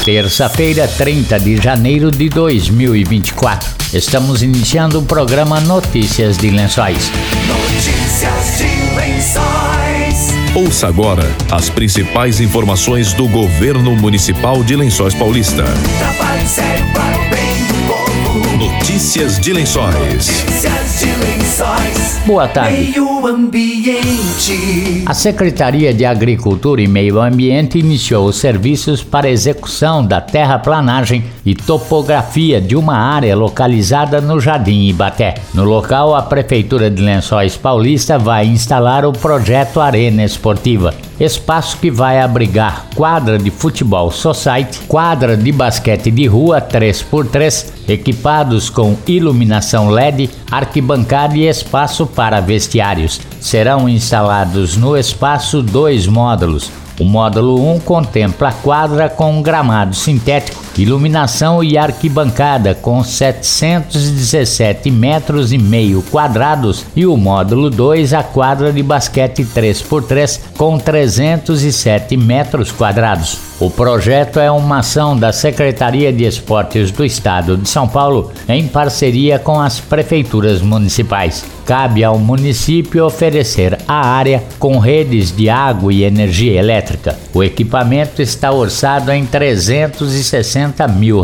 Terça-feira, 30 de janeiro de 2024. Estamos iniciando o programa Notícias de Lençóis. Notícias de Lençóis. Ouça agora as principais informações do governo municipal de Lençóis Paulista. Trabalho sério para o bem do povo. Notícias de Lençóis. Notícias de Lençóis. Boa tarde. Meio Ambiente. A Secretaria de Agricultura e Meio Ambiente iniciou os serviços para execução da terraplanagem e topografia de uma área localizada no Jardim Ibaté. No local, a Prefeitura de Lençóis Paulista vai instalar o projeto Arena Esportiva, espaço que vai abrigar quadra de futebol society, quadra de basquete de rua 3x3, equipados com iluminação LED, arquibancada e espaço para vestiários. Serão instalados no espaço 2 módulos. O módulo 1 contempla a quadra com gramado sintético, iluminação e arquibancada com 717 metros e meio quadrados, e o módulo 2 a quadra de basquete 3x3 com 307 metros quadrados. O projeto é uma ação da Secretaria de Esportes do Estado de São Paulo em parceria com as prefeituras municipais. Cabe ao município oferecer a área com redes de água e energia elétrica. O equipamento está orçado em R$360 mil.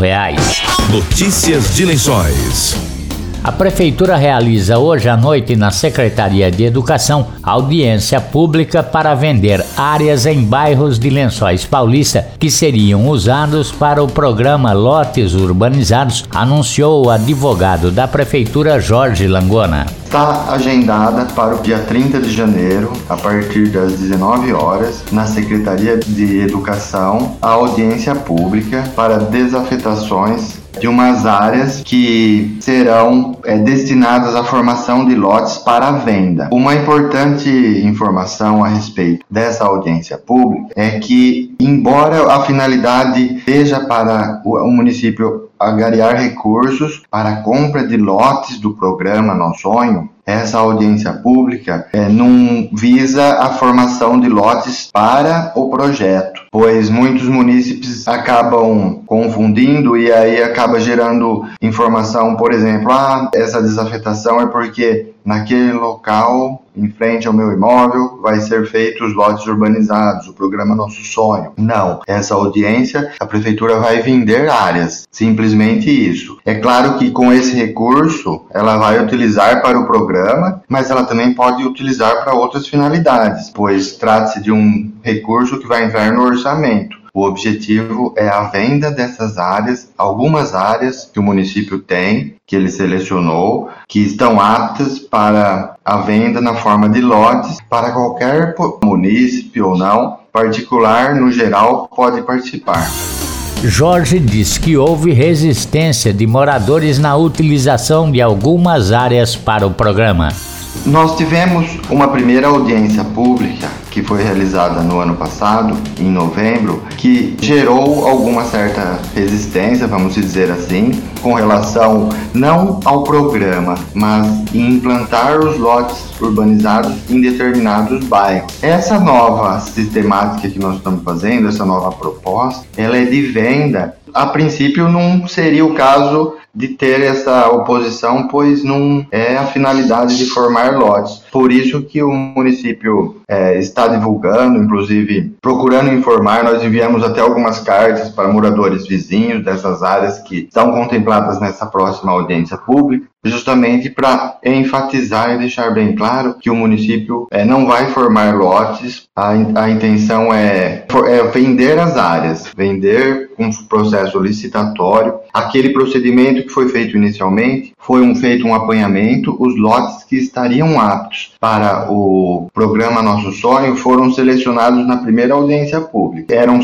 Notícias de Lençóis. A Prefeitura realiza hoje à noite na Secretaria de Educação audiência pública para vender áreas em bairros de Lençóis Paulista que seriam usados para o programa Lotes Urbanizados, anunciou o advogado da Prefeitura, Jorge Langona. Está agendada para o dia 30 de janeiro, a partir das 19 horas, na Secretaria de Educação, a audiência pública para desafetações de umas áreas que serão destinadas à formação de lotes para venda. Uma importante informação a respeito dessa audiência pública é que, embora a finalidade seja para o município angariar recursos para a compra de lotes do programa Nosso Sonho, essa audiência pública não visa a formação de lotes para o projeto, pois muitos munícipes acabam confundindo e aí acaba gerando informação, por exemplo, essa desafetação é porque naquele local, em frente ao meu imóvel, vai ser feito os lotes urbanizados, o programa Nosso Sonho. Não, essa audiência, a Prefeitura vai vender áreas, simplesmente isso. É claro que com esse recurso, ela vai utilizar para o programa, mas ela também pode utilizar para outras finalidades, pois trata-se de um recurso que vai entrar no orçamento. O objetivo é a venda dessas áreas, algumas áreas que o município tem, que ele selecionou, que estão aptas para a venda na forma de lotes, para qualquer município ou não, particular, no geral, pode participar. Jorge diz que houve resistência de moradores na utilização de algumas áreas para o programa. Nós tivemos uma primeira audiência pública que foi realizada no ano passado, em novembro, que gerou alguma certa resistência, vamos dizer assim, com relação não ao programa, mas em implantar os lotes urbanizados em determinados bairros. Essa nova sistemática que nós estamos fazendo, essa nova proposta, ela é de venda. A princípio não seria o caso de ter essa oposição, pois não é a finalidade de formar lotes. Por isso que o município está divulgando, inclusive procurando informar. Nós enviamos até algumas cartas para moradores vizinhos dessas áreas que estão contempladas nessa próxima audiência pública, justamente para enfatizar e deixar bem claro que o município não vai formar lotes. A intenção é vender as áreas, vender com processo licitatório. Aquele procedimento que foi feito inicialmente foi feito um apanhamento. Os lotes que estariam aptos para o programa Nosso Sonho foram selecionados na primeira audiência pública. Eram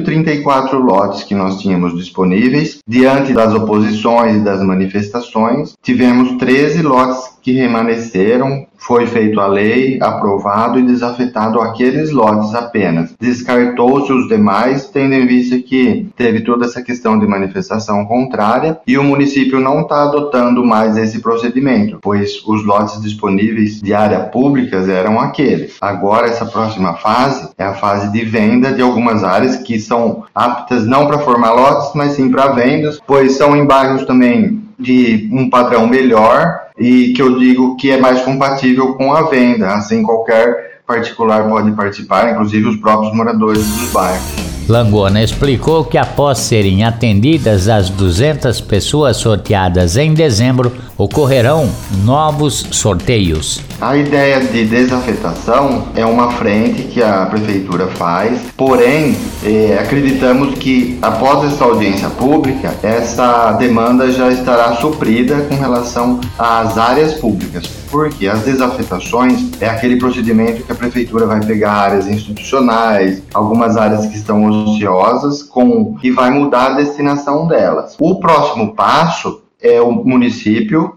134 lotes que nós tínhamos disponíveis. Diante das oposições e das manifestações, tivemos 13 lotes que permaneceram, foi feito a lei, aprovado e desafetado aqueles lotes apenas. Descartou-se os demais, tendo em vista que teve toda essa questão de manifestação contrária e o município não está adotando mais esse procedimento, pois os lotes disponíveis de área pública eram aqueles. Agora, essa próxima fase é a fase de venda de algumas áreas que são aptas não para formar lotes, mas sim para vendas, pois são em bairros também de um padrão melhor e que eu digo que é mais compatível com a venda, assim qualquer particular pode participar, inclusive os próprios moradores dos bairros. Langona explicou que após serem atendidas as 200 pessoas sorteadas em dezembro, ocorrerão novos sorteios. A ideia de desafetação é uma frente que a prefeitura faz, porém, acreditamos que após essa audiência pública, essa demanda já estará suprida com relação às áreas públicas, porque as desafetações é aquele procedimento que a prefeitura vai pegar áreas institucionais, algumas áreas que estão ociosas e vai mudar a destinação delas. O próximo passo é o município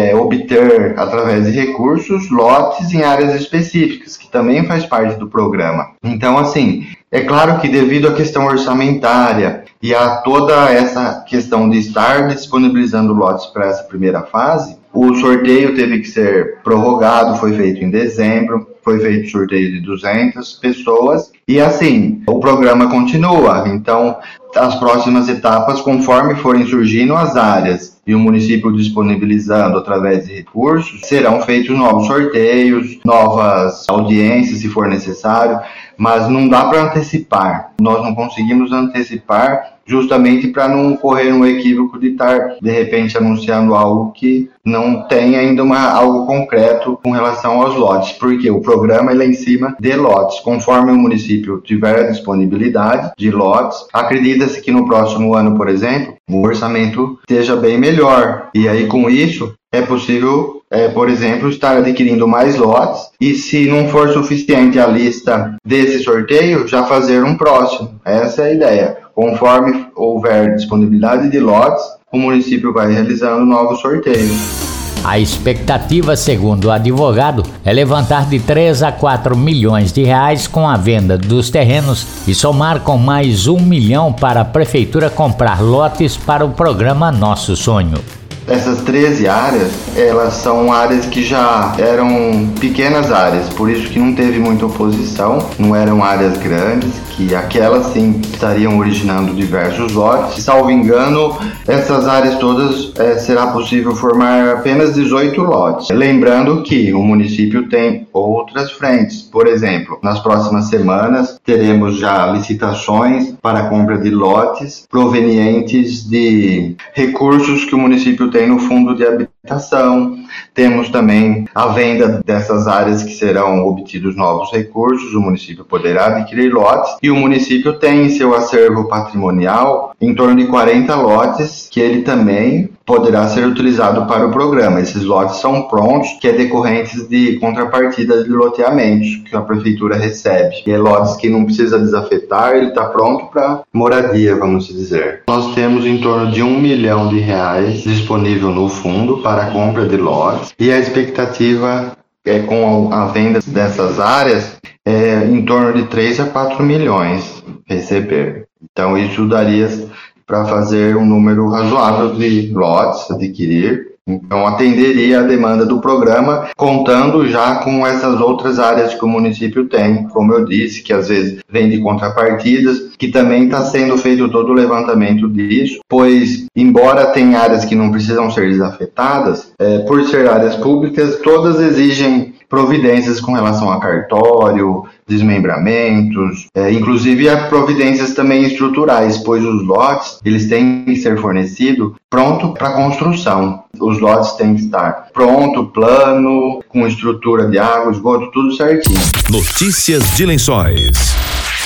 obter, através de recursos, lotes em áreas específicas, que também faz parte do programa. Então, assim, é claro que devido à questão orçamentária e a toda essa questão de estar disponibilizando lotes para essa primeira fase, o sorteio teve que ser prorrogado, foi feito em dezembro, foi feito sorteio de 200 pessoas e assim, o programa continua. Então, as próximas etapas, conforme forem surgindo as áreas e o município disponibilizando através de recursos, serão feitos novos sorteios, novas audiências, se for necessário, mas não dá para antecipar. Nós não conseguimos antecipar justamente para não correr um equívoco de estar, de repente, anunciando algo que não tem ainda algo concreto com relação aos lotes, porque o programa é em cima de lotes. Conforme o município tiver a disponibilidade de lotes, acredita-se que no próximo ano, por exemplo, o orçamento esteja bem melhor. E aí, com isso, é possível, por exemplo, estar adquirindo mais lotes e, se não for suficiente a lista desse sorteio, já fazer um próximo. Essa é a ideia. Conforme houver disponibilidade de lotes, o município vai realizando novos sorteios. A expectativa, segundo o advogado, é levantar de 3 a 4 milhões de reais com a venda dos terrenos e somar com mais 1 milhão para a prefeitura comprar lotes para o programa Nosso Sonho. Essas 13 áreas, elas são áreas que já eram pequenas áreas, por isso que não teve muita oposição, não eram áreas grandes, que aquelas sim estariam originando diversos lotes. Salvo engano, essas áreas todas será possível formar apenas 18 lotes. Lembrando que o município tem outras frentes, por exemplo, nas próximas semanas teremos já licitações para a compra de lotes provenientes de recursos que o município tem no fundo de habitação. Temos também a venda dessas áreas que serão obtidos novos recursos, o município poderá adquirir lotes e o município tem em seu acervo patrimonial em torno de 40 lotes que ele também poderá ser utilizado para o programa. Esses lotes são prontos, que é decorrentes de contrapartida de loteamentos que a prefeitura recebe. E é lotes que não precisa desafetar, ele está pronto para moradia, vamos dizer. Nós temos em torno de 1 milhão de reais disponível no fundo para a compra de lotes e a expectativa com a venda dessas áreas em torno de 3 a 4 milhões receber. Então isso daria para fazer um número razoável de lotes adquirir. Então atenderia a demanda do programa, contando já com essas outras áreas que o município tem, como eu disse, que às vezes vem de contrapartidas, que também está sendo feito todo o levantamento disso, pois embora tenha áreas que não precisam ser desafetadas, por ser áreas públicas, todas exigem providências com relação a cartório, desmembramentos, inclusive a providências também estruturais, pois os lotes eles têm que ser fornecidos pronto para construção. Os lotes têm que estar pronto, plano, com estrutura de água, esgoto, tudo certinho. Notícias de Lençóis.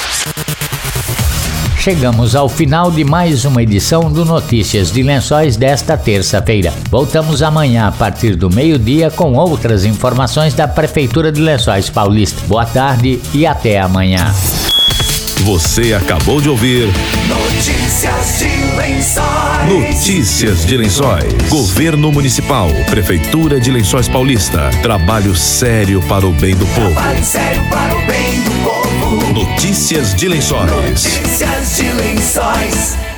Chegamos ao final de mais uma edição do Notícias de Lençóis desta terça-feira. Voltamos amanhã a partir do meio-dia com outras informações da Prefeitura de Lençóis Paulista. Boa tarde e até amanhã. Você acabou de ouvir Notícias de Lençóis. Notícias de Lençóis. Governo Municipal, Prefeitura de Lençóis Paulista. Trabalho sério para o bem do povo. Trabalho sério para o bem do povo. Notícias de Lençóis. Notícias de Lençóis.